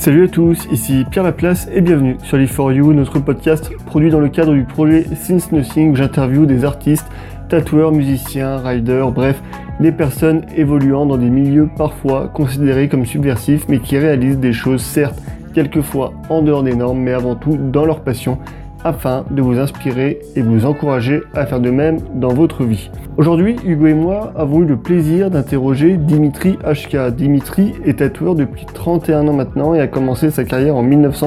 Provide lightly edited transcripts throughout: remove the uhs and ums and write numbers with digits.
Salut à tous, ici Pierre Laplace et bienvenue sur Live4You, notre podcast produit dans le cadre du projet Since Nothing où j'interviewe des artistes, tatoueurs, musiciens, riders, bref, des personnes évoluant dans des milieux parfois considérés comme subversifs mais qui réalisent des choses certes quelquefois en dehors des normes mais avant tout dans leur passion afin de vous inspirer et vous encourager à faire de même dans votre vie. Aujourd'hui, Hugo et moi avons eu le plaisir d'interroger Dimitri HK. Dimitri est tatoueur depuis 31 ans maintenant et a commencé sa carrière en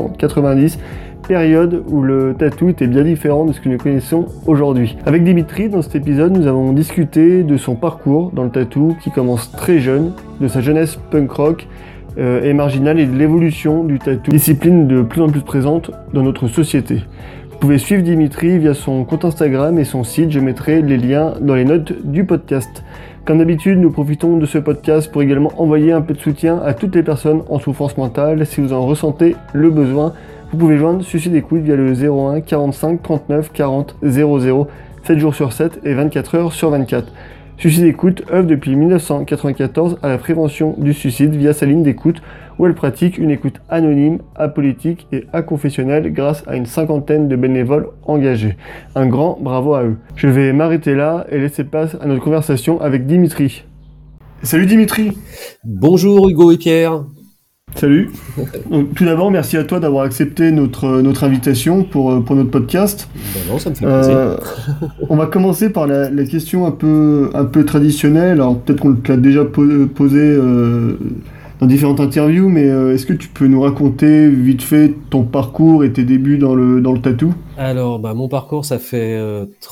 1990, période où le tatou était bien différent de ce que nous connaissons aujourd'hui. Avec Dimitri, dans cet épisode, nous avons discuté de son parcours dans le tatou qui commence très jeune, de sa jeunesse punk rock et marginale et de l'évolution du tatou, discipline de plus en plus présente dans notre société. Vous pouvez suivre Dimitri via son compte Instagram et son site, je mettrai les liens dans les notes du podcast. Comme d'habitude, nous profitons de ce podcast pour également envoyer un peu de soutien à toutes les personnes en souffrance mentale. Si vous en ressentez le besoin, vous pouvez joindre Suicide Écoute via le 01 45 39 40 00, 7 jours sur 7 et 24 heures sur 24. Suicide Écoute œuvre depuis 1994 à la prévention du suicide via sa ligne d'écoute où elle pratique une écoute anonyme, apolitique et aconfessionnelle grâce à une cinquantaine de bénévoles engagés. Un grand bravo à eux. Je vais m'arrêter là et laisser place à notre conversation avec Dimitri. Salut Dimitri. Bonjour Hugo et Pierre. Salut. Donc, tout d'abord, merci à toi d'avoir accepté notre invitation pour notre podcast. Ben non, ça me fait plaisir. On va commencer par la question un peu traditionnelle. Alors peut-être qu'on te l'a déjà posée dans différentes interviews, mais est-ce que tu peux nous raconter vite fait ton parcours et tes débuts dans le tatou ? Alors, mon parcours, ça fait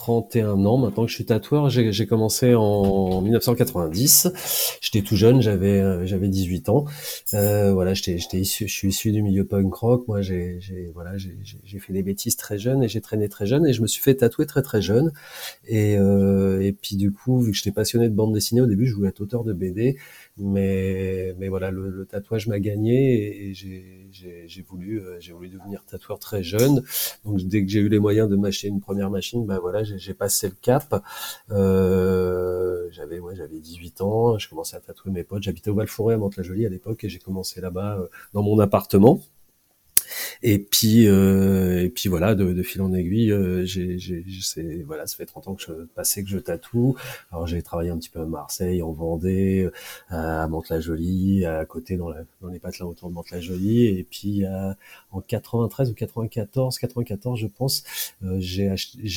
31 ans maintenant que je suis tatoueur. J'ai commencé en 1990. J'étais tout jeune, j'avais 18 ans. Voilà, je suis issu du milieu punk rock. Moi, j'ai fait des bêtises très jeune et j'ai traîné très jeune et je me suis fait tatouer très très jeune. Et puis du coup, vu que j'étais passionné de bande dessinée au début, je voulais être auteur de BD. Mais voilà, le tatouage m'a gagné et j'ai voulu devenir tatoueur très jeune. Donc dès que j'ai eu les moyens de m'acheter une première machine, voilà, j'ai passé le cap. J'avais 18 ans, je commençais à tatouer mes potes. J'habitais au Val-Forêt à Mantes-la-Jolie à l'époque et j'ai commencé là-bas dans mon appartement. Et puis voilà, de fil en aiguille, ça fait 30 ans que je tatoue. Alors j'ai travaillé un petit peu à Marseille, en Vendée, à Mantes-la-Jolie, à côté dans les patelins autour de Mantes-la-Jolie. Et puis en 93 ou 94 je pense, j'ai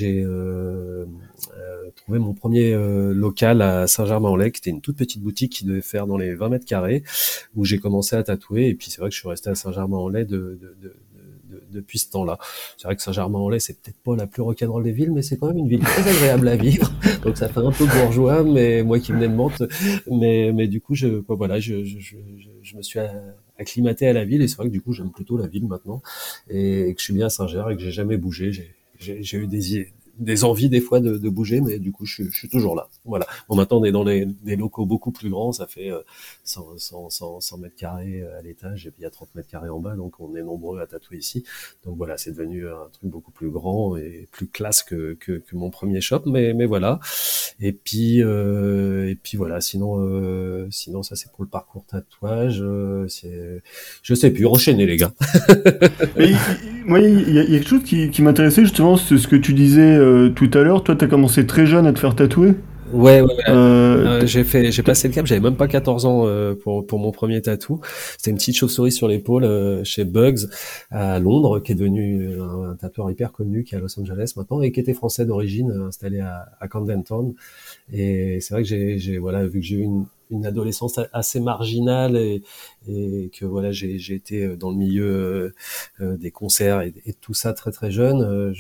trouvé mon premier local à Saint-Germain-en-Laye, qui était une toute petite boutique qui devait faire dans les 20 mètres carrés, où j'ai commencé à tatouer. Et puis c'est vrai que je suis resté à Saint-Germain-en-Laye depuis ce temps-là. C'est vrai que Saint-Germain-en-Laye, c'est peut-être pas la plus rock'n'roll des villes, mais c'est quand même une ville très agréable à vivre. Donc ça fait un peu bourgeois, mais moi qui venais de Mantes, mais du coup, je me suis acclimaté à la ville et c'est vrai que du coup, j'aime plutôt la ville maintenant et que je suis bien à Saint-Ger et que j'ai jamais bougé. J'ai eu des envies des fois de bouger, mais du coup je suis toujours là. Voilà. Bon, maintenant on est dans des locaux beaucoup plus grands, ça fait 100 mètres carrés à l'étage et puis il y a 30 mètres carrés en bas, donc on est nombreux à tatouer ici. Donc voilà, c'est devenu un truc beaucoup plus grand et plus classe que mon premier shop, mais voilà. Et puis voilà. Sinon ça c'est pour le parcours tatouage. Je sais plus, enchaîner les gars. Mais moi, il y a quelque chose qui m'intéressait justement, c'est ce que tu disais tout à l'heure. Toi, t'as commencé très jeune à te faire tatouer. Ouais. J'ai passé le cap, j'avais même pas 14 ans pour mon premier tatou. C'était une petite chauve-souris sur l'épaule chez Bugs à Londres, qui est devenu un tatoueur hyper connu, qui est à Los Angeles maintenant et qui était français d'origine, installé à Camden Town. Et c'est vrai que vu que j'ai eu une adolescence assez marginale et que voilà, j'ai été dans le milieu des concerts et tout ça très très jeune,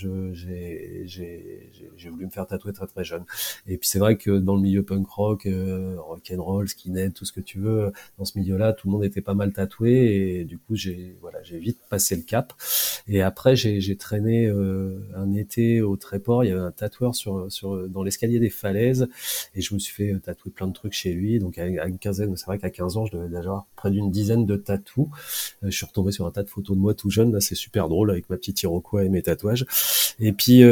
j'ai voulu me faire tatouer très très jeune. Et puis c'est vrai que dans le milieu punk rock, rock'n'roll, skinhead, tout ce que tu veux, dans ce milieu-là, tout le monde était pas mal tatoué et du coup j'ai vite passé le cap. Et après j'ai traîné un été au Tréport, il y avait un tatoueur dans l'escalier des falaises et je me suis fait tatouer plein de trucs chez lui. Donc à une quinzaine, c'est vrai qu'à 15 ans, je devais déjà avoir près d'une dizaine de tatous. Je suis retombé sur un tas de photos de moi tout jeune, là c'est super drôle avec ma petite Iroquois et mes tatouages. Et puis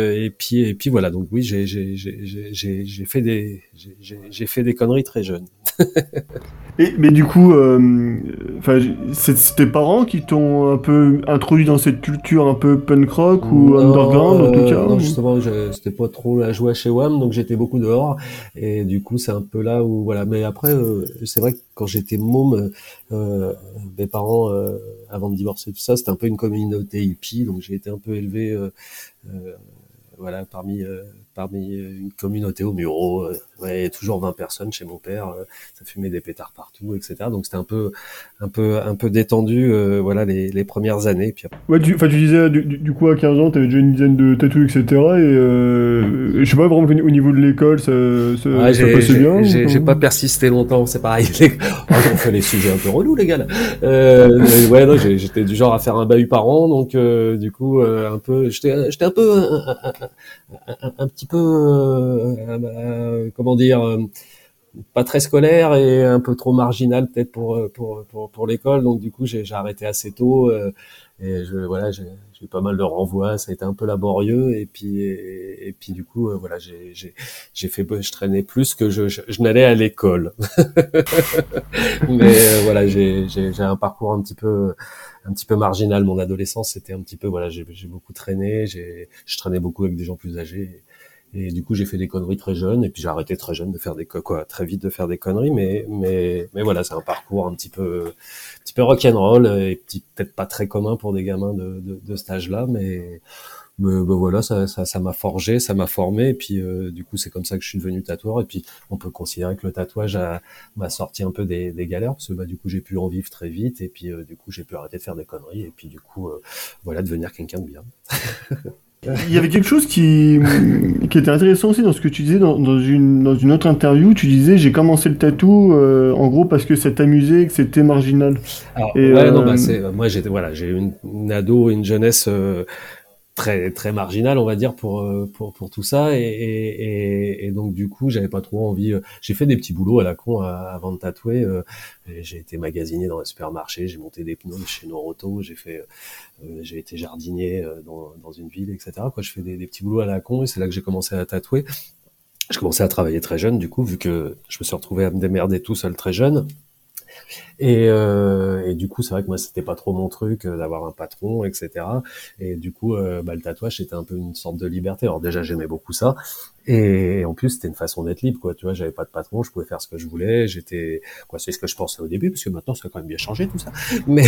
voilà. Donc oui, j'ai fait des conneries très jeunes. Mais du coup, enfin, c'est tes parents qui t'ont un peu introduit dans cette culture un peu punk rock ou Non, underground en tout cas non, ou... justement, c'était pas trop la joie chez WAM, donc j'étais beaucoup dehors. Et du coup, c'est un peu là où, voilà. Mais après, c'est vrai que quand j'étais môme, mes parents, avant de divorcer, tout ça, c'était un peu une communauté hippie, donc j'ai été un peu élevé, euh, voilà, parmi une communauté au Muro. Ouais, toujours 20 personnes chez mon père. Ça fumait des pétards partout, etc. Donc c'était un peu détendu, voilà, les premières années. Puis Ouais, enfin, tu disais, du coup, à 15 ans, t'avais déjà une dizaine de tatous, etc. Et je sais pas, vraiment, au niveau de l'école, ouais, ça passait bien ou j'ai comment? pas persisté longtemps, c'est pareil. Oh, on fait les sujets un peu relous, les gars, là. Ouais, non, j'étais du genre à faire un bahut par an, donc du coup, un peu, j'étais un peu, un petit peu, comment dire, pas très scolaire et un peu trop marginal peut-être pour l'école. Donc du coup, j'ai arrêté assez tôt. Voilà, j'ai eu pas mal de renvois. Ça a été un peu laborieux. Et puis du coup, voilà, j'ai fait, je traînais plus que je n'allais à l'école. Mais voilà, j'ai un parcours un petit peu marginal. Mon adolescence, c'était un petit peu, voilà, j'ai beaucoup traîné. Je traînais beaucoup avec des gens plus âgés. Et du coup, j'ai fait des conneries très jeune, et puis j'ai arrêté très jeune de faire très vite de faire des conneries, mais voilà, c'est un parcours un petit peu rock'n'roll, et peut-être pas très commun pour des gamins de cet âge-là, mais voilà, ça m'a forgé, ça m'a formé, et puis du coup, c'est comme ça que je suis devenu tatoueur, et puis on peut considérer que le tatouage m'a sorti un peu des galères, parce que bah, du coup, j'ai pu en vivre très vite, et puis du coup, j'ai pu arrêter de faire des conneries, et puis du coup, voilà, devenir quelqu'un de bien. Il y avait quelque chose qui était intéressant aussi dans ce que tu disais dans une autre interview. Tu disais, j'ai commencé le tatou, en gros, parce que ça t'amusait, que c'était marginal. Alors Et, ouais, non, bah c'est moi j'étais voilà, j'ai eu une ado, une jeunesse très marginal, on va dire, pour tout ça, et donc du coup j'avais pas trop envie, j'ai fait des petits boulots à la con avant de tatouer, et j'ai été magasinier dans un supermarché, j'ai monté des pneus chez Noroto, j'ai été jardinier dans une ville, etc. Quoi, je fais des petits boulots à la con, et c'est là que j'ai commencé à tatouer. Je commençais à travailler très jeune, du coup, vu que je me suis retrouvé à me démerder tout seul très jeune. Et du coup, c'est vrai que moi, c'était pas trop mon truc d'avoir un patron, etc. Et du coup, bah, le tatouage, c'était un peu une sorte de liberté. Alors déjà, j'aimais beaucoup ça. Et en plus, c'était une façon d'être libre, quoi. Tu vois, j'avais pas de patron, je pouvais faire ce que je voulais. Quoi, c'est ce que je pensais au début, parce que maintenant, ça a quand même bien changé tout ça. Mais,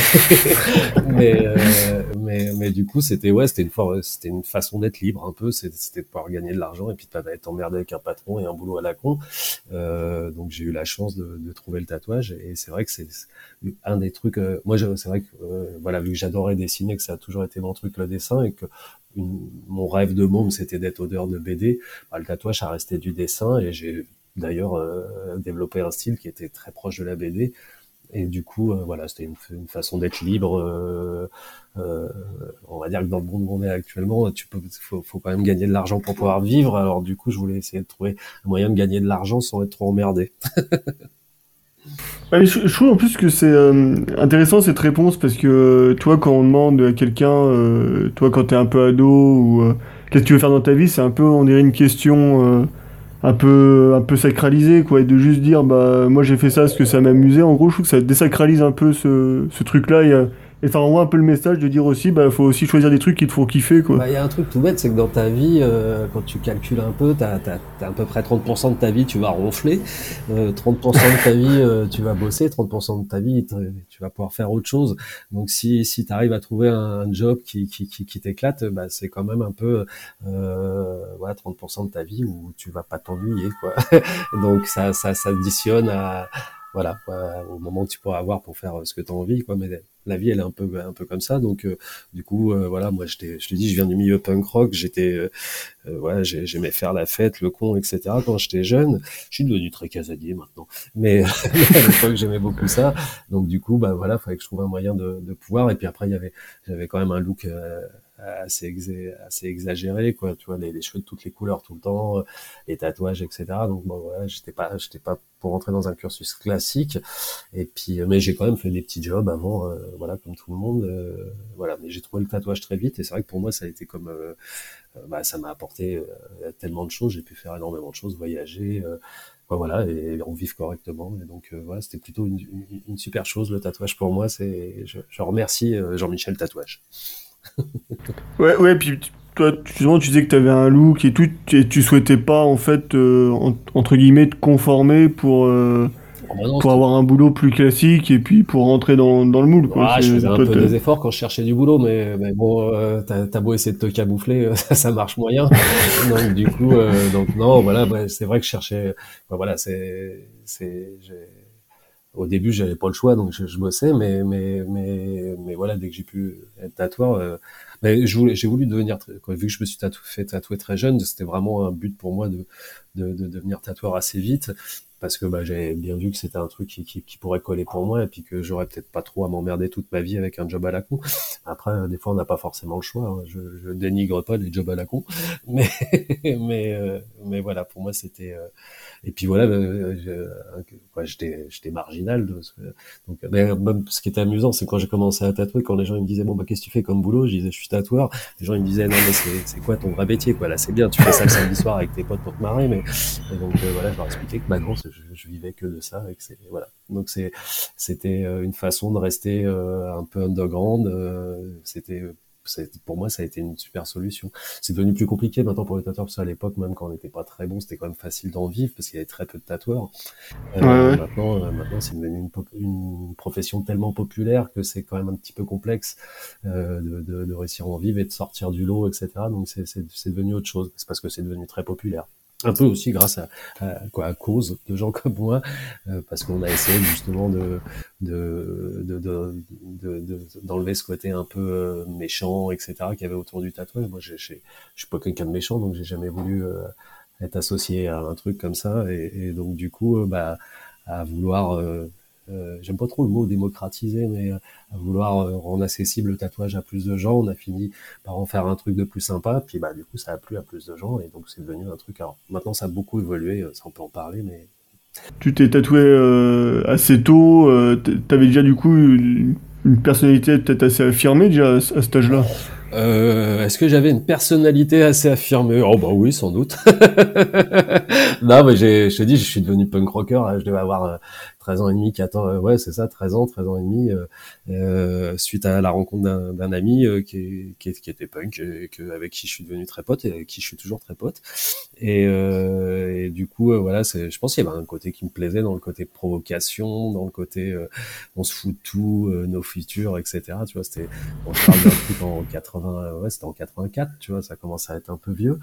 mais du coup, c'était une façon d'être libre un peu. C'était de pouvoir gagner de l'argent et puis de pas être emmerdé avec un patron et un boulot à la con. Donc j'ai eu la chance de trouver le tatouage, et c'est vrai que c'est un des trucs. C'est vrai que voilà, vu que j'adorais dessiner, que ça a toujours été mon truc le dessin, et que mon rêve de môme c'était d'être auteur de BD, bah, le tatouage a resté du dessin, et j'ai d'ailleurs développé un style qui était très proche de la BD. Et du coup, voilà, c'était une façon d'être libre. Euh, on va dire que dans le monde où on est actuellement, faut quand même gagner de l'argent pour pouvoir vivre. Alors du coup, je voulais essayer de trouver un moyen de gagner de l'argent sans être trop emmerdé. ouais, mais je trouve en plus que c'est intéressant cette réponse parce que toi, quand on demande à quelqu'un, toi, quand t'es un peu ado ou qu'est-ce que tu veux faire dans ta vie, c'est un peu, on dirait une question un peu sacralisée, quoi, et de juste dire, bah, moi j'ai fait ça parce que ça m'amusait. En gros, je trouve que ça désacralise un peu ce truc-là et ça renvoie un peu le message de dire aussi, bah, faut aussi choisir des trucs qui te font kiffer, quoi. Bah, il y a un truc tout bête, c'est que dans ta vie, quand tu calcules un peu, t'as à peu près 30% de ta vie, tu vas ronfler, 30% de ta vie, tu vas bosser, 30% de ta vie, tu vas pouvoir faire autre chose. Donc si tu arrives à trouver un job qui t'éclate, bah, c'est quand même un peu voilà, 30% de ta vie où tu vas pas t'ennuyer, quoi. Donc ça s'additionne à voilà, au moment que tu pourras avoir pour faire ce que tu as envie, quoi. Mais la vie, elle est un peu comme ça. Donc du coup, voilà, moi, je te dis, je viens du milieu punk rock. Voilà, j'aimais faire la fête, le con, etc. Quand j'étais jeune. Je suis devenu très casanier maintenant, mais, mais à l'époque, j'aimais beaucoup ça. Donc du coup, bah voilà, fallait que je trouve un moyen de pouvoir. Et puis après, j'avais quand même un look assez exagéré, quoi. Tu vois, les cheveux de toutes les couleurs tout le temps, les tatouages, etc. Donc bon, voilà, j'étais pas pour rentrer dans un cursus classique. Et puis, mais j'ai quand même fait des petits jobs avant, voilà, comme tout le monde. Voilà, mais j'ai trouvé le tatouage très vite, et c'est vrai que pour moi, ça a été comme, bah, ça m'a apporté tellement de choses. J'ai pu faire énormément de choses, voyager, quoi, voilà, et en vivre correctement. Et donc voilà, c'était plutôt une super chose le tatouage pour moi. Je remercie Jean-Michel Tatouage. Ouais, ouais, puis toi, justement, tu disais que tu avais un look et tout, et tu souhaitais pas, en fait, entre guillemets, te conformer Oh, bah non, pour avoir un boulot plus classique et puis pour rentrer dans le moule, quoi. ah, je C'est, faisais un toi, peu des efforts quand je cherchais du boulot, mais bon, t'as beau essayer de te camoufler, ça marche moyen. Donc du coup, donc non, voilà, bah, c'est vrai que je cherchais, bah, voilà, au début, j'avais pas le choix, donc je bossais, mais voilà, dès que j'ai pu être tatoueur, mais j'ai voulu devenir, quoi, vu que je me suis fait tatouer très jeune, c'était vraiment un but pour moi de devenir tatoueur assez vite, parce que bah, j'avais bien vu que c'était un truc qui pourrait coller pour moi, et puis que j'aurais peut-être pas trop à m'emmerder toute ma vie avec un job à la con. Après, des fois, on n'a pas forcément le choix. Hein. Je dénigre pas les jobs à la con, mais mais voilà, pour moi, c'était et puis voilà, quoi, j'étais marginal. Donc, même ce qui était amusant, c'est quand j'ai commencé à tatouer, quand les gens ils me disaient bon bah qu'est-ce que tu fais comme boulot, je disais je suis tatoueur. Les gens ils me disaient non mais c'est quoi ton vrai métier quoi, là c'est bien, tu fais ça le samedi soir avec tes potes pour te marrer, mais et donc voilà, je leur expliquais que bah non, je vivais que de ça et que c'est voilà. Donc c'était une façon de rester un peu underground. Pour moi, ça a été une super solution. C'est devenu plus compliqué maintenant pour les tatoueurs, parce qu'à l'époque, même quand on n'était pas très bon, c'était quand même facile d'en vivre, parce qu'il y avait très peu de tatoueurs. ouais, ouais. Maintenant, c'est devenu une profession tellement populaire que c'est quand même un petit peu complexe de réussir à en vivre et de sortir du lot, etc. Donc c'est devenu autre chose. C'est parce que c'est devenu très populaire. Un peu aussi grâce à cause de gens comme moi, parce qu'on a essayé justement d'enlever ce côté un peu méchant, etc. qu'il y avait autour du tatouage. Moi, je suis pas quelqu'un de méchant, donc j'ai jamais voulu être associé à un truc comme ça, et donc du coup, bah, à vouloir, j'aime pas trop le mot démocratiser, mais à vouloir rendre accessible le tatouage à plus de gens, on a fini par en faire un truc de plus sympa, puis bah du coup ça a plu à plus de gens, et donc c'est devenu un truc. Alors maintenant ça a beaucoup évolué, ça on peut en parler, mais Tu t'es tatoué assez tôt, t'avais déjà du coup une personnalité peut-être assez affirmée déjà à cet âge-là. est-ce que j'avais une personnalité assez affirmée? Oh bah oui, sans doute. Non, mais je te dis, je suis devenu punk rocker, je devais avoir 13 ans et demi, 14, ouais, c'est ça, 13 ans et demi, suite à la rencontre d'un ami qui était punk, avec qui je suis devenu très pote et avec qui je suis toujours très pote. Et du coup, voilà, je pense qu'il y avait un côté qui me plaisait dans le côté provocation, dans le côté on se fout de tout, nos futurs, etc. Tu vois, bon, je parle d'un truc en 80, ouais, c'était en 84, tu vois, ça commence à être un peu vieux.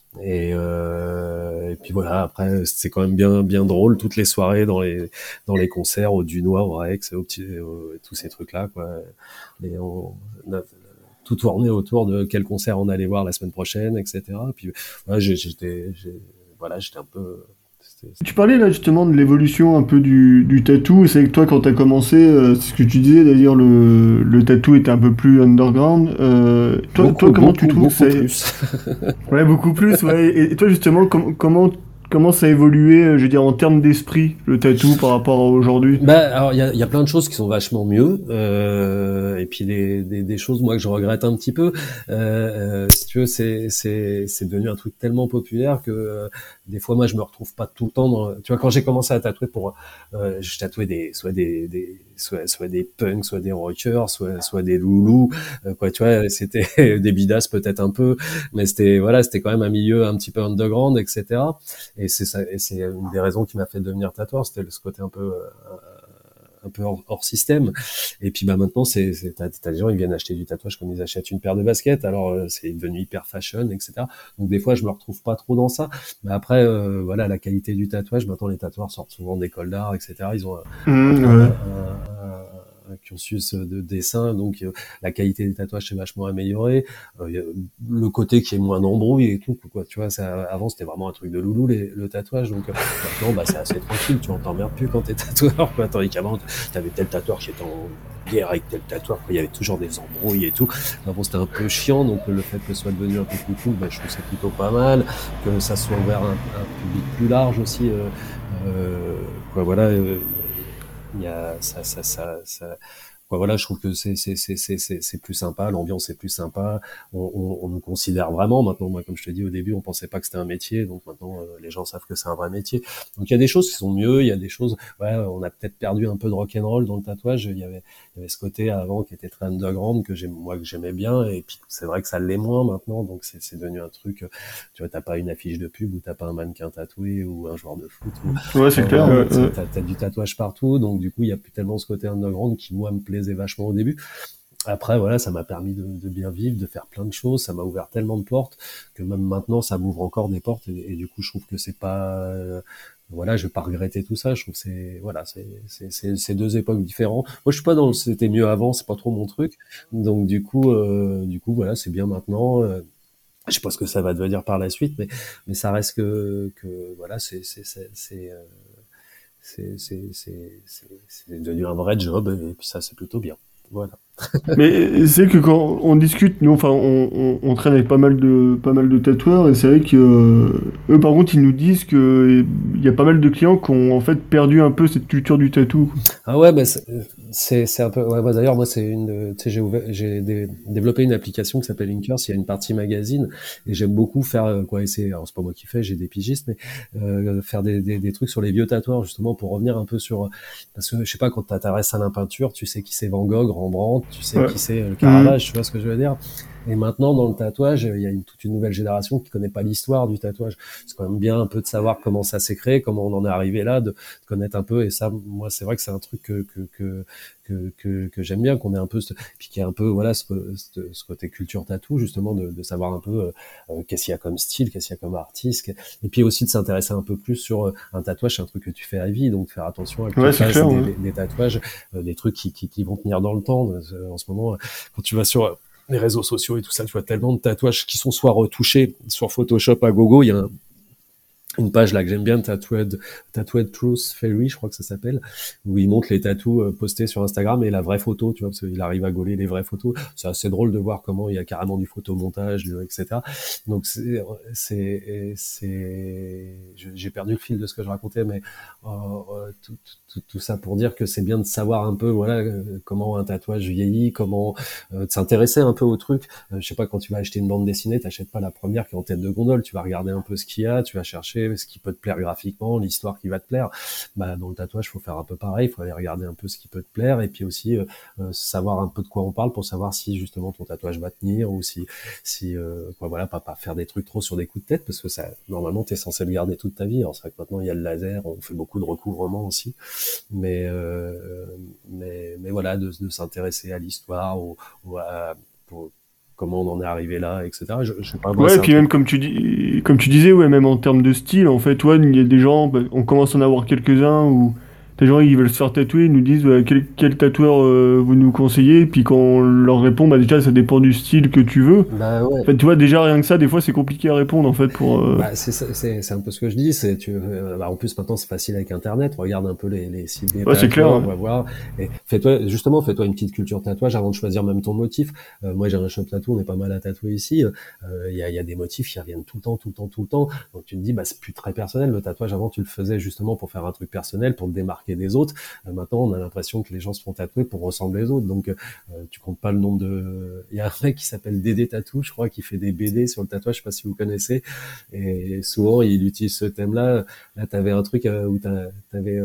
Et puis voilà, après c'est quand même bien drôle toutes les soirées dans les concerts au Dunois, au Rex, tous ces trucs là quoi. On a tout tourné autour de quel concert on allait voir la semaine prochaine, etc. Puis voilà, voilà, j'étais un peu. Tu parlais là justement de l'évolution un peu du tattoo. C'est que toi, quand t'as commencé, c'est ce que tu disais, d'ailleurs, le tattoo était un peu plus underground. Toi, comment tu trouves que Beaucoup c'est... plus. Ouais, beaucoup plus, ouais. Et toi, justement, comment ça a évolué, je veux dire, en termes d'esprit, le tattoo par rapport à aujourd'hui? Bah, alors il y a plein de choses qui sont vachement mieux, et puis des choses moi que je regrette un petit peu. Si tu veux, c'est devenu un truc tellement populaire que des fois moi je me retrouve pas tout le temps dans. Tu vois, quand j'ai commencé à tatouer je tatouais soit des punks, soit des rockers, soit des loulous, quoi. Tu vois, c'était des bidas peut-être un peu, mais c'était quand même un milieu un petit peu underground, etc. Et c'est ça, et c'est une des raisons qui m'a fait devenir tatoueur, c'était ce côté un peu hors système. Et puis bah maintenant t'as des gens ils viennent acheter du tatouage comme ils achètent une paire de baskets. Alors c'est devenu hyper fashion, etc. Donc des fois je me retrouve pas trop dans ça. Mais après voilà, la qualité du tatouage. Maintenant les tatoueurs sortent souvent d'écoles d'art, etc. Ils ont Ouais. un cursus de dessin, donc la qualité des tatouages s'est vachement améliorée. Y a le côté qui est moins d'embrouille et tout, quoi. Tu vois, avant c'était vraiment un truc de loulou le tatouage, donc maintenant bah c'est assez tranquille, tu t'emmerdes plus quand t'es tatoueur, quoi. Tandis qu'avant t'avais tel tatoueur qui était en guerre avec tel tatoueur, quoi. Il y avait toujours des embrouilles et tout. Enfin, bon, c'était un peu chiant, donc le fait que ce soit devenu un peu plus cool, bah, je trouve que c'est plutôt pas mal, que ça soit ouvert à un public plus large aussi. Quoi, voilà. Il y a ça quoi, voilà, je trouve que c'est plus sympa, l'ambiance est plus sympa, on nous considère vraiment maintenant. Moi, comme je te dis au début, on pensait pas que c'était un métier, donc maintenant les gens savent que c'est un vrai métier. Donc il y a des choses qui sont mieux, il y a des choses, ouais, on a peut-être perdu un peu de rock'n'roll dans le tatouage. Il y avait ce côté avant qui était très underground que j'aimais bien, et puis c'est vrai que ça l'est moins maintenant, donc c'est devenu un truc, tu vois, t'as pas une affiche de pub ou t'as pas un mannequin tatoué ou un joueur de foot Ouais, c'est clair. voilà, t'as du tatouage partout, donc du coup il y a plus tellement ce côté underground qui moi me plaisait vachement au début. Après voilà, ça m'a permis de bien vivre, de faire plein de choses, ça m'a ouvert tellement de portes que même maintenant ça m'ouvre encore des portes, et du coup je trouve que c'est pas voilà, je vais pas regretter tout ça. Je trouve que c'est voilà, c'est deux époques différentes. Moi, je suis pas dans le c'était mieux avant, c'est pas trop mon truc. Donc du coup voilà, c'est bien maintenant. Je sais pas ce que ça va devenir par la suite, mais ça reste que voilà, c'est devenu un vrai job, et puis ça c'est plutôt bien. Voilà. Mais c'est que quand on discute, nous, enfin, on traîne avec pas mal de tatoueurs, et c'est vrai que eux, par contre, ils nous disent que il y a pas mal de clients qui ont en fait perdu un peu cette culture du tatou. Ah ouais, mais c'est un peu ouais, bah, d'ailleurs moi c'est tu sais développé une application qui s'appelle Inkers, il y a une partie magazine, et j'aime beaucoup faire quoi, essayer, alors c'est pas moi qui fais, j'ai des pigistes, mais faire des trucs sur les vieux tatoueurs, justement pour revenir un peu sur, parce que je sais pas, quand t'intéresses à la peinture, tu sais qui c'est Van Gogh, Rembrandt, tu sais Ouais. qui c'est Mhm. Caravage, tu vois ce que je veux dire. Et maintenant, dans le tatouage, il y a toute une nouvelle génération qui connaît pas l'histoire du tatouage. C'est quand même bien un peu de savoir comment ça s'est créé, comment on en est arrivé là, de connaître un peu. Et ça, moi, c'est vrai que c'est un truc que j'aime bien, qu'on ait un peu, puis qui est un peu, voilà, ce côté culture tatou, justement, de savoir un peu qu'est-ce qu'il y a comme style, qu'est-ce qu'il y a comme artiste, et puis aussi de s'intéresser un peu plus sur un tatouage, c'est un truc que tu fais à vie, donc faire attention à que tu Ouais, c'est fasses clair. Ouais. des tatouages, des trucs qui vont tenir dans le temps. En ce moment, quand tu vas sur les réseaux sociaux et tout ça, tu vois tellement de tatouages qui sont soit retouchés sur Photoshop à gogo. Il y a une page là que j'aime bien, Tattooed Truth Fairy, je crois que ça s'appelle, où il montre les tatous postés sur Instagram et la vraie photo, tu vois, parce qu'il arrive à gauler les vraies photos. C'est assez drôle de voir comment il y a carrément du photomontage, etc. Donc j'ai perdu le fil de ce que je racontais, mais tout ça pour dire que c'est bien de savoir un peu, voilà, comment un tatouage vieillit, comment de s'intéresser un peu au truc. Je sais pas, quand tu vas acheter une bande dessinée, t'achètes pas la première qui est en tête de gondole, tu vas regarder un peu ce qu'il y a, tu vas chercher ce qui peut te plaire graphiquement, l'histoire qui va te plaire. Bah, dans le tatouage, faut faire un peu pareil, faut aller regarder un peu ce qui peut te plaire, et puis aussi savoir un peu de quoi on parle pour savoir si justement ton tatouage va tenir, ou si quoi, voilà, pas faire des trucs trop sur des coups de tête, parce que ça, normalement, t'es censé le garder toute ta vie. Alors c'est vrai que maintenant il y a le laser, on fait beaucoup de recouvrement aussi, mais voilà, de s'intéresser à l'histoire, pour comment on en est arrivé là, etc. Je sais pas, moi Ouais, et c'est un puis truc. même comme tu disais, ouais, même en termes de style, en fait, ouais, il y a des gens, bah, on commence à en avoir quelques-uns où des gens ils veulent se faire tatouer, ils nous disent ouais, quel tatoueur vous nous conseillez, et puis quand on leur répond, bah déjà ça dépend du style que tu veux. Bah ouais. En fait, tu vois, déjà rien que ça, des fois c'est compliqué à répondre en fait pour. Bah c'est un peu ce que je dis. C'est bah, en plus maintenant c'est facile avec Internet. Regarde un peu les sites des Ouais, c'est clair. tatoueurs, Ouais. on va voir. Et fais-toi une petite culture tatouage avant de choisir même ton motif. Moi j'ai un shop tattoo, on est pas mal à tatouer ici. Il y a des motifs qui reviennent tout le temps, tout le temps, tout le temps. Donc tu te dis bah c'est plus très personnel. Le tatouage avant tu le faisais justement pour faire un truc personnel, pour te démarquer des autres. Maintenant on a l'impression que les gens se font tatouer pour ressembler aux autres. Donc tu comptes pas le nombre de. Il y a un mec qui s'appelle Dédé Tattoo, je crois, qui fait des BD sur le tatouage. Je sais pas si vous connaissez. Et souvent, il utilise ce thème-là. Là, t'avais un truc où t'avais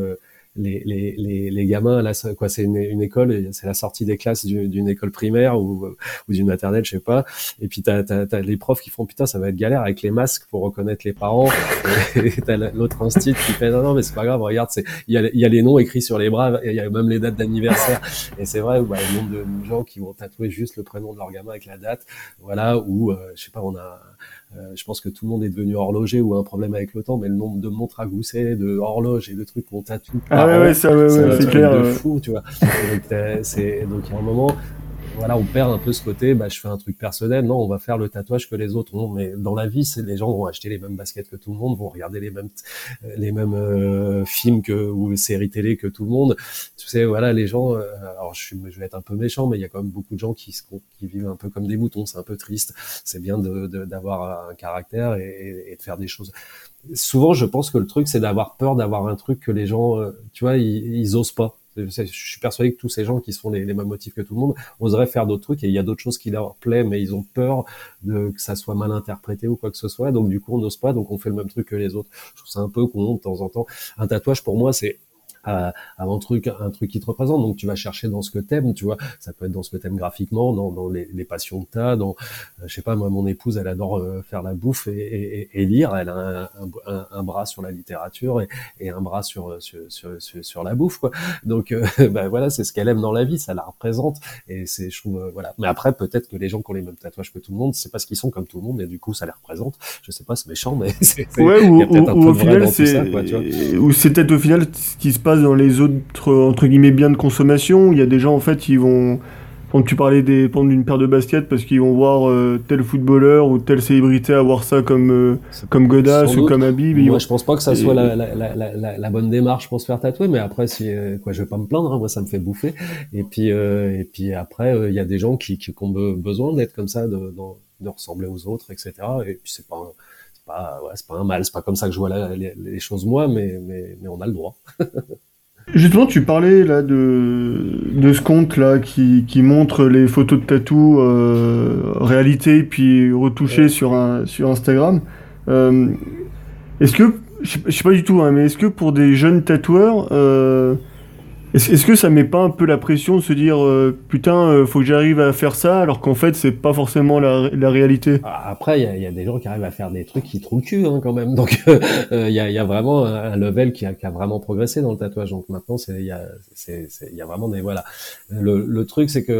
les gamins. Là, quoi, c'est une école. C'est la sortie des classes d'une école primaire ou d'une maternelle, je sais pas. Et puis t'as les profs qui font putain, ça va être galère avec les masques pour reconnaître les parents. Et t'as l'autre instit qui fait non mais c'est pas grave. Regarde, il y a les noms écrits sur les bras. Il y a même les dates d'anniversaire. Et c'est vrai, bah, le nombre de gens qui vont tatouer juste le prénom de leur gamin avec la date. Voilà. Ou je sais pas, je pense que tout le monde est devenu horloger ou a un problème avec le temps, mais le nombre de montres à gousset, de horloges et de trucs qu'on tatoue Ah par ouais, ouais, an, ça, ouais, c'est ouais, un c'est truc clair. de fou, tu vois. Et donc il y a un moment, voilà, on perd un peu ce côté, bah, je fais un truc personnel. Non, on va faire le tatouage que les autres ont. Mais dans la vie, les gens vont acheter les mêmes baskets que tout le monde, vont regarder les mêmes films ou séries télé que tout le monde. Tu sais, voilà, les gens, alors je vais être un peu méchant, mais il y a quand même beaucoup de gens qui vivent un peu comme des moutons. C'est un peu triste. C'est bien d'avoir un caractère et de faire des choses. Souvent, je pense que le truc, c'est d'avoir peur d'avoir un truc que les gens, tu vois, ils osent pas. Je suis persuadé que tous ces gens qui se font les mêmes motifs que tout le monde oseraient faire d'autres trucs, et il y a d'autres choses qui leur plaisent, mais ils ont peur que ça soit mal interprété ou quoi que ce soit. Donc du coup, on n'ose pas, donc on fait le même truc que les autres. Je trouve ça un peu con de temps en temps. Un tatouage, pour moi, c'est un truc qui te représente. Donc tu vas chercher dans ce que t'aimes, tu vois. Ça peut être dans ce que t'aimes graphiquement, dans les passions que t'as, dans je sais pas, moi, mon épouse, elle adore faire la bouffe et lire. Elle a un bras sur la littérature et un bras sur la bouffe, quoi. Donc bah voilà, c'est ce qu'elle aime dans la vie, ça la représente, et c'est, je trouve, voilà. Mais après, peut-être que les gens qui ont les mêmes tatouages que tout le monde, c'est parce qu'ils sont comme tout le monde, et du coup ça les représente. Je sais pas, c'est méchant, mais Ouais, il y a peut-être un ou peu au de vrai final, dans tout ça, quoi, tu vois. ou c'est peut-être au final ce qui se passe dans les autres, entre guillemets, biens de consommation. Il y a des gens, en fait, ils vont, quand tu parlais prendre une paire de baskets parce qu'ils vont voir tel footballeur ou telle célébrité avoir ça comme Sans Godas ou doute. comme Habib. Moi, je pense pas que ça soit Et- la bonne démarche pour se faire tatouer, mais après, si, quoi, je vais pas me plaindre, hein, moi, ça me fait bouffer. Et puis après, il y a des gens qui ont besoin d'être comme ça, de ressembler aux autres, etc. Et puis c'est pas un mal. C'est pas comme ça que je vois les choses moi, mais on a le droit. Justement, tu parlais là de ce compte là qui montre les photos de tatou réalité puis retouchées sur Instagram. Euh, Est-ce que, je sais pas du tout, hein, mais est-ce que pour des jeunes tatoueurs, est-ce que ça met pas un peu la pression de se dire putain, faut que j'arrive à faire ça alors qu'en fait c'est pas forcément la réalité? Après, il y a des gens qui arrivent à faire des trucs qui trouvent le cul, hein, quand même. Donc, il y a vraiment un level qui a vraiment progressé dans le tatouage. Donc maintenant, il y a vraiment des, voilà. Le truc, c'est que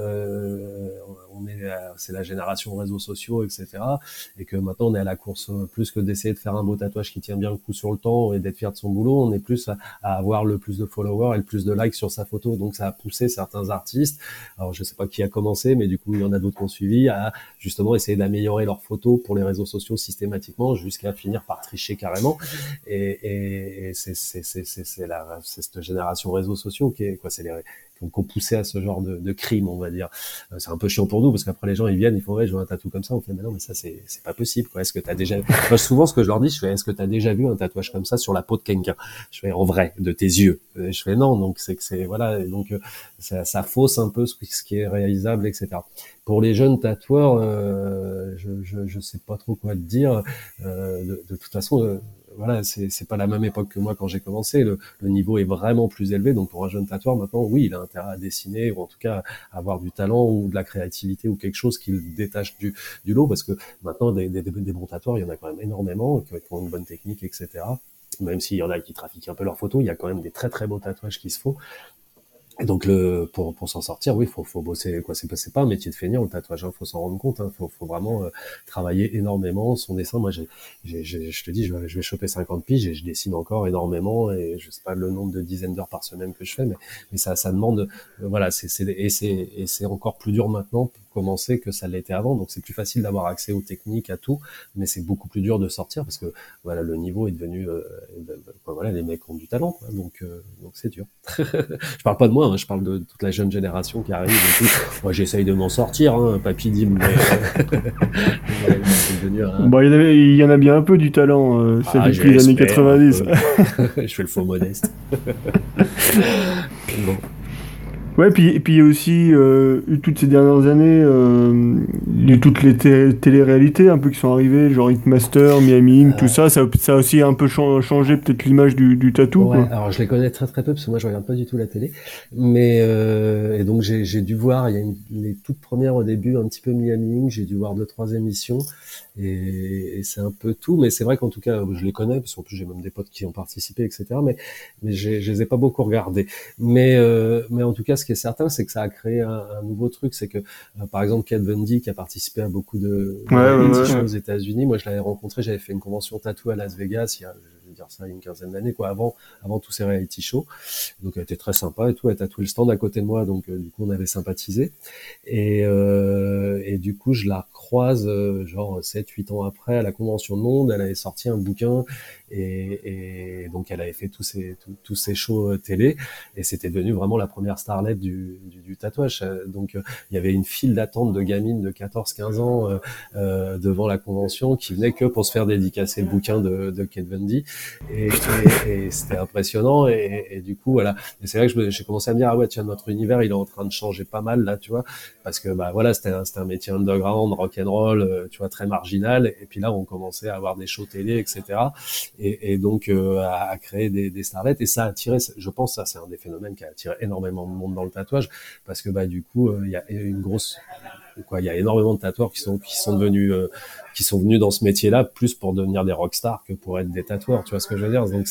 c'est la génération réseaux sociaux, etc. Et que maintenant, on est à la course, plus que d'essayer de faire un beau tatouage qui tient bien le coup sur le temps et d'être fier de son boulot. On est plus à avoir le plus de followers et le plus de likes sur sa photo. Donc, ça a poussé certains artistes. Alors, je sais pas qui a commencé, mais du coup, il y en a d'autres qui ont suivi à justement essayer d'améliorer leurs photos pour les réseaux sociaux systématiquement jusqu'à finir par tricher carrément. Et c'est cette génération réseaux sociaux qui est, quoi, c'est qui ont poussé à ce genre de crime, on va dire. C'est un peu chiant pour nous parce qu'après les gens ils viennent, ils font ouais, je veux un tatou comme ça. On fait mais non, mais ça c'est pas possible, quoi. Est-ce que t'as déjà, moi, souvent ce que je leur dis, je fais est-ce que t'as déjà vu un tatouage comme ça sur la peau de quelqu'un? Je fais en vrai, de tes yeux. Je fais non, donc c'est que c'est voilà, et donc ça fausse un peu ce qui est réalisable, etc. Pour les jeunes tatoueurs, je sais pas trop quoi te dire. De toute façon, voilà, c'est pas la même époque que moi quand j'ai commencé. Le niveau est vraiment plus élevé. Donc pour un jeune tatoueur maintenant, oui, il a intérêt à dessiner ou en tout cas à avoir du talent ou de la créativité ou quelque chose qui le détache du lot, parce que maintenant des bons tatoueurs, il y en a quand même énormément qui ont une bonne technique, etc. Même s'il y en a qui trafiquent un peu leurs photos, il y a quand même des très très beaux tatouages qui se font. Et donc pour s'en sortir, oui, faut bosser, quoi. C'est pas un métier de feignant le tatouage, hein, faut s'en rendre compte, hein. Faut vraiment travailler énormément son dessin. Moi je te dis, je vais choper 50 piges et je dessine encore énormément, et je sais pas le nombre de dizaines d'heures par semaine que je fais, mais ça demande, voilà, c'est encore plus dur maintenant pour commencer que ça l'était avant. Donc c'est plus facile d'avoir accès aux techniques, à tout, mais c'est beaucoup plus dur de sortir parce que voilà, le niveau est devenu voilà, les mecs ont du talent, quoi. Donc c'est dur. Je parle pas de moi, hein, je parle de toute la jeune génération qui arrive et tout. Moi, j'essaye de m'en sortir, hein, papy dit, mais voilà, c'est devenu un... Bon, il y en a bien un peu du talent, ça Ah, depuis les années j'espère un 90. peu. Je fais le faux modeste. Bon. Ouais, et puis il y a aussi eu toutes ces dernières années, toutes les télé-réalités un peu qui sont arrivées, genre Hitmaster, Miami Ink, tout ça, ça a aussi un peu changé peut-être l'image du tatou, Ouais, quoi. alors je les connais très très peu parce que moi je regarde pas du tout la télé, mais et donc j'ai dû voir, il y a les toutes premières au début un petit peu Miami Ink, j'ai dû voir 2 3 émissions, et c'est un peu tout, mais c'est vrai qu'en tout cas je les connais parce qu'en plus j'ai même des potes qui ont participé, etc. Mais je les ai pas beaucoup regardés, mais en tout cas ce qui est certain c'est que ça a créé un nouveau truc, c'est que par exemple Ted Bundy qui a participé à beaucoup de Ouais, reality ouais, shows ouais. aux États-Unis, moi je l'avais rencontré, j'avais fait une convention tattoo à Las Vegas il y a, je vais dire ça, il y a une quinzaine d'années, quoi, avant tous ces reality shows. Donc elle était très sympa et tout, elle tatouait le stand à côté de moi, donc du coup on avait sympathisé. Et du coup je la croise genre 7 8 ans après à la convention de Monde, elle avait sorti un bouquin, et donc elle avait fait tous ces shows télé, et c'était devenu vraiment la première starlette du tatouage. Donc il y avait une file d'attente de gamines de 14 15 ans devant la convention qui venaient que pour se faire dédicacer le bouquin de Kate Bundy. et c'était impressionnant et du coup voilà. Et c'est vrai que j'ai commencé à me dire ah ouais tiens notre univers il est en train de changer pas mal là tu vois parce que bah voilà c'était un métier underground rock'n'roll tu vois très marginal et puis là on commençait à avoir des shows télé etc et donc à créer des starlets et ça a attiré je pense ça c'est un des phénomènes qui a attiré énormément de monde dans le tatouage parce que bah du coup il y a une grosse il y a énormément de tatoueurs qui sont venus dans ce métier-là plus pour devenir des rockstars que pour être des tatoueurs, tu vois ce que je veux dire. Donc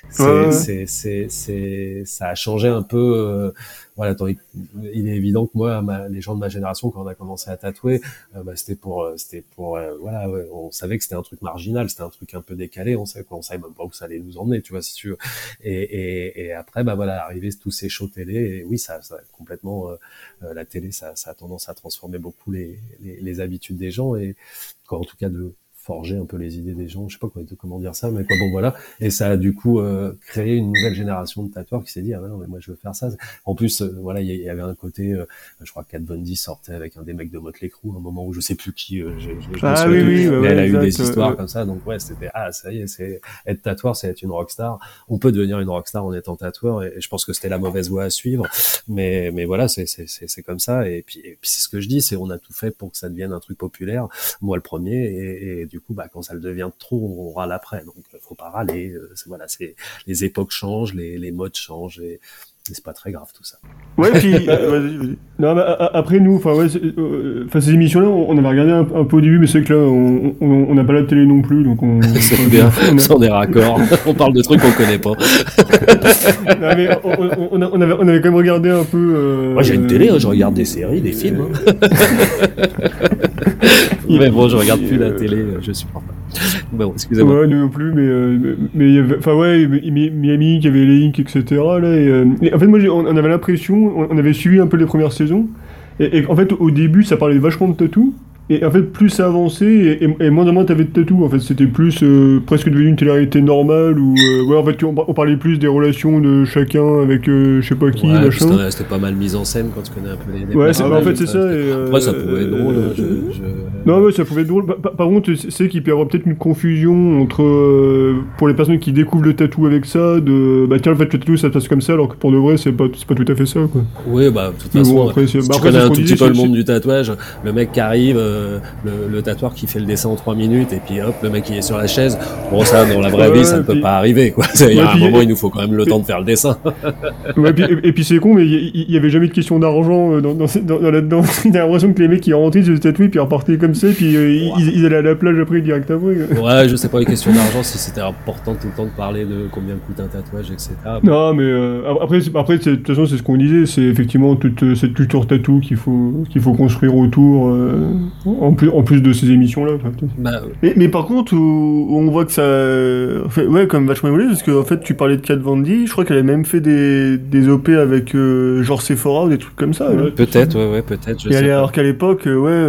ça a changé un peu voilà, il est évident que moi les gens de ma génération quand on a commencé à tatouer c'était pour voilà, ouais, on savait que c'était un truc marginal, c'était un truc un peu décalé, on savait même pas où ça allait nous emmener, tu vois si tu veux. Et après voilà, arrivé tous ces shows télé et oui ça complètement la télé ça a tendance à transformer beaucoup les habitudes des gens et quoi, en tout cas de forger un peu les idées des gens, je sais pas comment dire ça, mais quoi bon voilà, et ça a du coup créé une nouvelle génération de tatoueurs qui s'est dit ah non mais moi je veux faire ça. En plus voilà il y avait un côté je crois que Kat Von D sortait avec un des mecs de Motley Crue un moment où je sais plus qui mais elle a eu des histoires comme ça donc ouais c'était ça y est c'est être tatoueur c'est être une rockstar, on peut devenir une rockstar en étant tatoueur et je pense que c'était la mauvaise voie à suivre mais voilà c'est comme ça et puis c'est ce que je dis c'est on a tout fait pour que ça devienne un truc populaire, moi le premier et du coup quand ça le devient trop on râle après donc faut pas râler c'est les époques changent les modes changent et c'est pas très grave tout ça. Ouais puis vas-y. Non mais après nous ces émissions là on avait regardé un peu au début mais c'est que là on n'a pas la télé non plus donc c'est bien on est raccord on parle de trucs qu'on connaît pas. Non mais on avait quand même regardé un peu moi j'ai une télé je regarde des séries des films mais bon je regarde plus la télé je supporte pas. Bon, excusez-moi. Ouais, nous non plus, mais il y avait, Miami, qui avait Link, etc. Là, et en fait, moi, on avait l'impression, on avait suivi un peu les premières saisons, et en fait, au début, ça parlait vachement de tatou, et en fait, plus ça avançait, et moins en moins t'avais de tatou. En fait, c'était plus presque devenu une télé-réalité normale, où ouais, en fait, on parlait plus des relations de chacun avec je sais pas qui, machin. C'était pas mal mis en scène quand tu connais un peu les ouais, en fait, c'est ça. Après, ça pouvait être drôle. Non, ouais, ça pouvait être drôle. Par contre, c'est qu'il peut y avoir peut-être une confusion entre pour les personnes qui découvrent le tatou avec ça, tiens, en fait, le tatou ça se passe comme ça, alors que pour de vrai, c'est pas tout à fait ça, quoi. Oui, de toute façon, bon, après, tu connais un tout petit peu le monde du tatouage, le mec qui arrive, le tatoueur qui fait le dessin en 3 minutes, et puis hop, le mec qui est sur la chaise. Bon, ça, dans la vraie vie, ça ne peut pas arriver, quoi. Il y a un moment, il nous faut quand même le temps de faire le dessin. Ouais, et puis c'est con, mais il y avait jamais de question d'argent là-dedans. Il a l'impression que les mecs qui rentraient, ils se tatouaient, puis ils repartaient comme ça, puis ils allaient à la plage après direct après. Ouais, je sais pas les questions d'argent, si c'était important tout le temps de parler de combien coûte un tatouage, etc. Non, mais après, de toute façon, c'est ce qu'on disait, c'est effectivement toute cette culture tatou qu'il faut construire autour, en plus de ces émissions-là. Mais par contre, où on voit que ça, ouais, comme vachement évolué, parce que en fait, tu parlais de Kat Von D, je crois qu'elle a même fait des OP avec genre Sephora ou des trucs comme ça. Ouais, peut-être, ouais, peut-être. Je sais pas. Alors qu'à l'époque,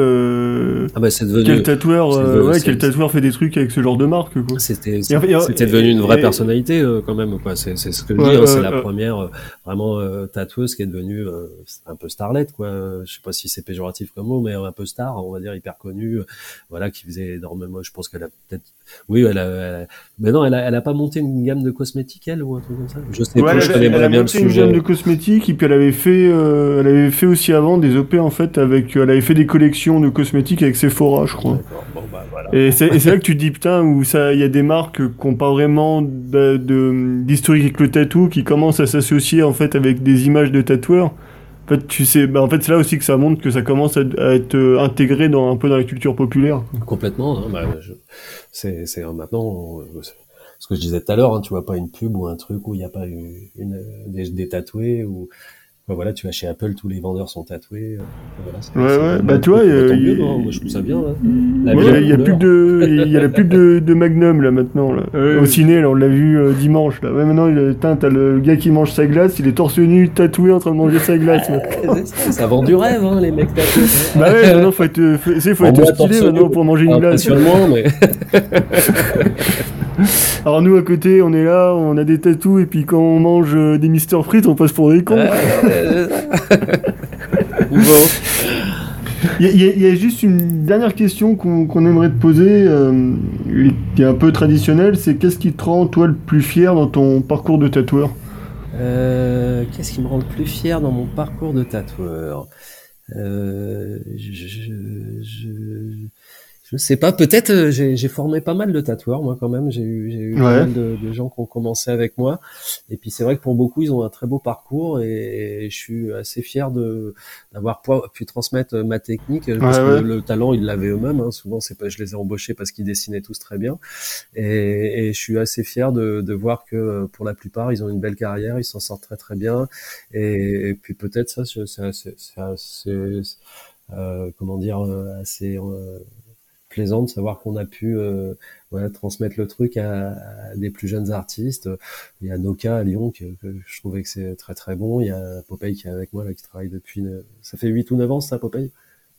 c'est devenu. Quel tatoueur fait des trucs avec ce genre de marque, quoi. C'était devenu une vraie personnalité, quand même, quoi. C'est ce que je dis, c'est la première, vraiment, tatoueuse qui est devenue, un peu starlet, quoi. Je sais pas si c'est péjoratif comme mot, mais un peu star, on va dire, hyper connue, voilà, qui faisait énormément, je pense qu'elle a peut-être, oui, mais non, elle a pas monté une gamme de cosmétiques, elle, ou un truc comme ça. Je sais pas, je connais bien le sujet. Elle a monté une gamme de cosmétiques, et puis elle avait fait aussi avant des OP, en fait, elle avait fait des collections de cosmétiques avec Sephora, je crois. Bon, voilà. Et c'est là que tu te dis, putain, où ça, il y a des marques qui n'ont pas vraiment d'historique avec le tatou, qui commencent à s'associer, en fait, avec des images de tatoueurs. En fait, tu sais, en fait, c'est là aussi que ça montre que ça commence à être intégré un peu dans la culture populaire. Complètement, hein, c'est maintenant, ce que je disais tout à l'heure, hein, tu vois pas une pub ou un truc où il n'y a pas des tatoués ou voilà, tu vas chez Apple, tous les vendeurs sont tatoués. Voilà, tu vois, moi je trouve ça bien. Hein. Il y a la pub de Magnum là maintenant là. Au ciné, là, on l'a vu dimanche là. Ouais, maintenant t'as le gars qui mange sa glace, il est torse nu, tatoué en train de manger sa glace. Ça vend du rêve, hein, les mecs tatoués. Bah ouais, maintenant faut être stylé maintenant pour manger une glace. Mais... Alors nous à côté, on est là, on a des tatous et puis quand on mange des Mister Frites, on passe pour des cons. Bon. Il y a juste une dernière question qu'on aimerait te poser, qui est un peu traditionnelle, c'est qu'est-ce qui te rend toi le plus fier dans ton parcours de tatoueur? Qu'est-ce qui me rend le plus fier dans mon parcours de tatoueur? Je sais pas, peut-être j'ai formé pas mal de tatoueurs moi quand même, j'ai eu pas Ouais. mal de gens qui ont commencé avec moi et puis c'est vrai que pour beaucoup ils ont un très beau parcours et je suis assez fier d'avoir pu transmettre ma technique Ouais, parce que ouais. le talent ils l'avaient eux-mêmes, hein. Souvent c'est pas je les ai embauchés parce qu'ils dessinaient tous très bien et je suis assez fier de voir que pour la plupart ils ont une belle carrière, ils s'en sortent très très bien et puis peut-être ça c'est assez comment dire assez plaisant de savoir qu'on a pu voilà, transmettre le truc à des plus jeunes artistes. Il y a Noka à Lyon que je trouvais que c'est très très bon. Il y a Popeye qui est avec moi là qui travaille depuis ça fait 8 ou 9 ans ça Popeye.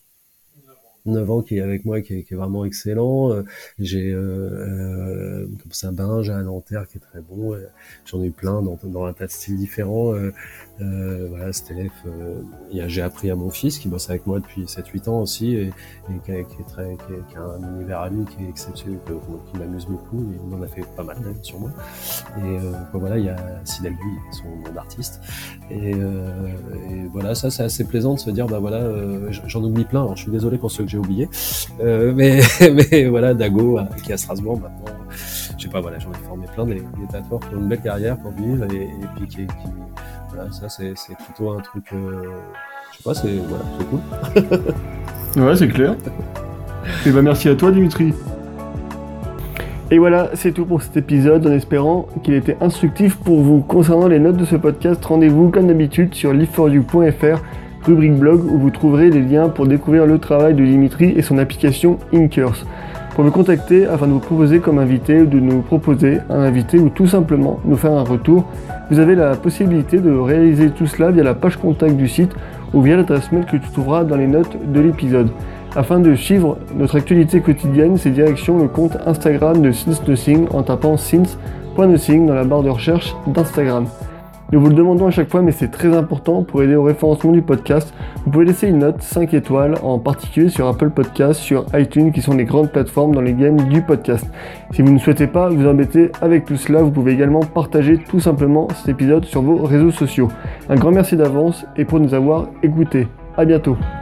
9 ans qui est avec moi, qui est vraiment excellent. J'ai comme ça Binge à Nanterre qui est très bon. J'en ai eu plein dans un tas de styles différents. Voilà, Steph. J'ai appris à mon fils qui bosse avec moi depuis 7-8 ans aussi et qui a un univers à lui qui est exceptionnel, qui m'amuse beaucoup. Et il en a fait pas mal même sur moi. Et voilà, il y a Sidel lui, son nom d'artiste. Et voilà, ça c'est assez plaisant de se dire, bah voilà, j'en oublie plein. Alors je suis désolé pour ceux que j'ai oubliés, mais voilà, Dago qui est à Strasbourg maintenant. Je sais pas, voilà, j'en ai formé plein des tatoueurs qui ont une belle carrière pour vivre et puis voilà, ça c'est plutôt un truc, je sais pas, c'est cool. Ouais, c'est clair. Et bah merci à toi Dimitri. Et voilà, c'est tout pour cet épisode, en espérant qu'il était instructif pour vous. Concernant les notes de ce podcast, rendez-vous comme d'habitude sur liveforyou.fr, rubrique blog, où vous trouverez les liens pour découvrir le travail de Dimitri et son application Inkers. Pour me contacter afin de vous proposer comme invité ou de nous proposer un invité ou tout simplement nous faire un retour, vous avez la possibilité de réaliser tout cela via la page contact du site ou via l'adresse mail que tu trouveras dans les notes de l'épisode. Afin de suivre notre actualité quotidienne, c'est direction le compte Instagram de Since Nothing en tapant since.nothing dans la barre de recherche d'Instagram. Nous vous le demandons à chaque fois, mais c'est très important pour aider au référencement du podcast. Vous pouvez laisser une note 5 étoiles, en particulier sur Apple Podcasts, sur iTunes, qui sont les grandes plateformes dans les games du podcast. Si vous ne souhaitez pas vous embêter avec tout cela, vous pouvez également partager tout simplement cet épisode sur vos réseaux sociaux. Un grand merci d'avance et pour nous avoir écoutés. À bientôt.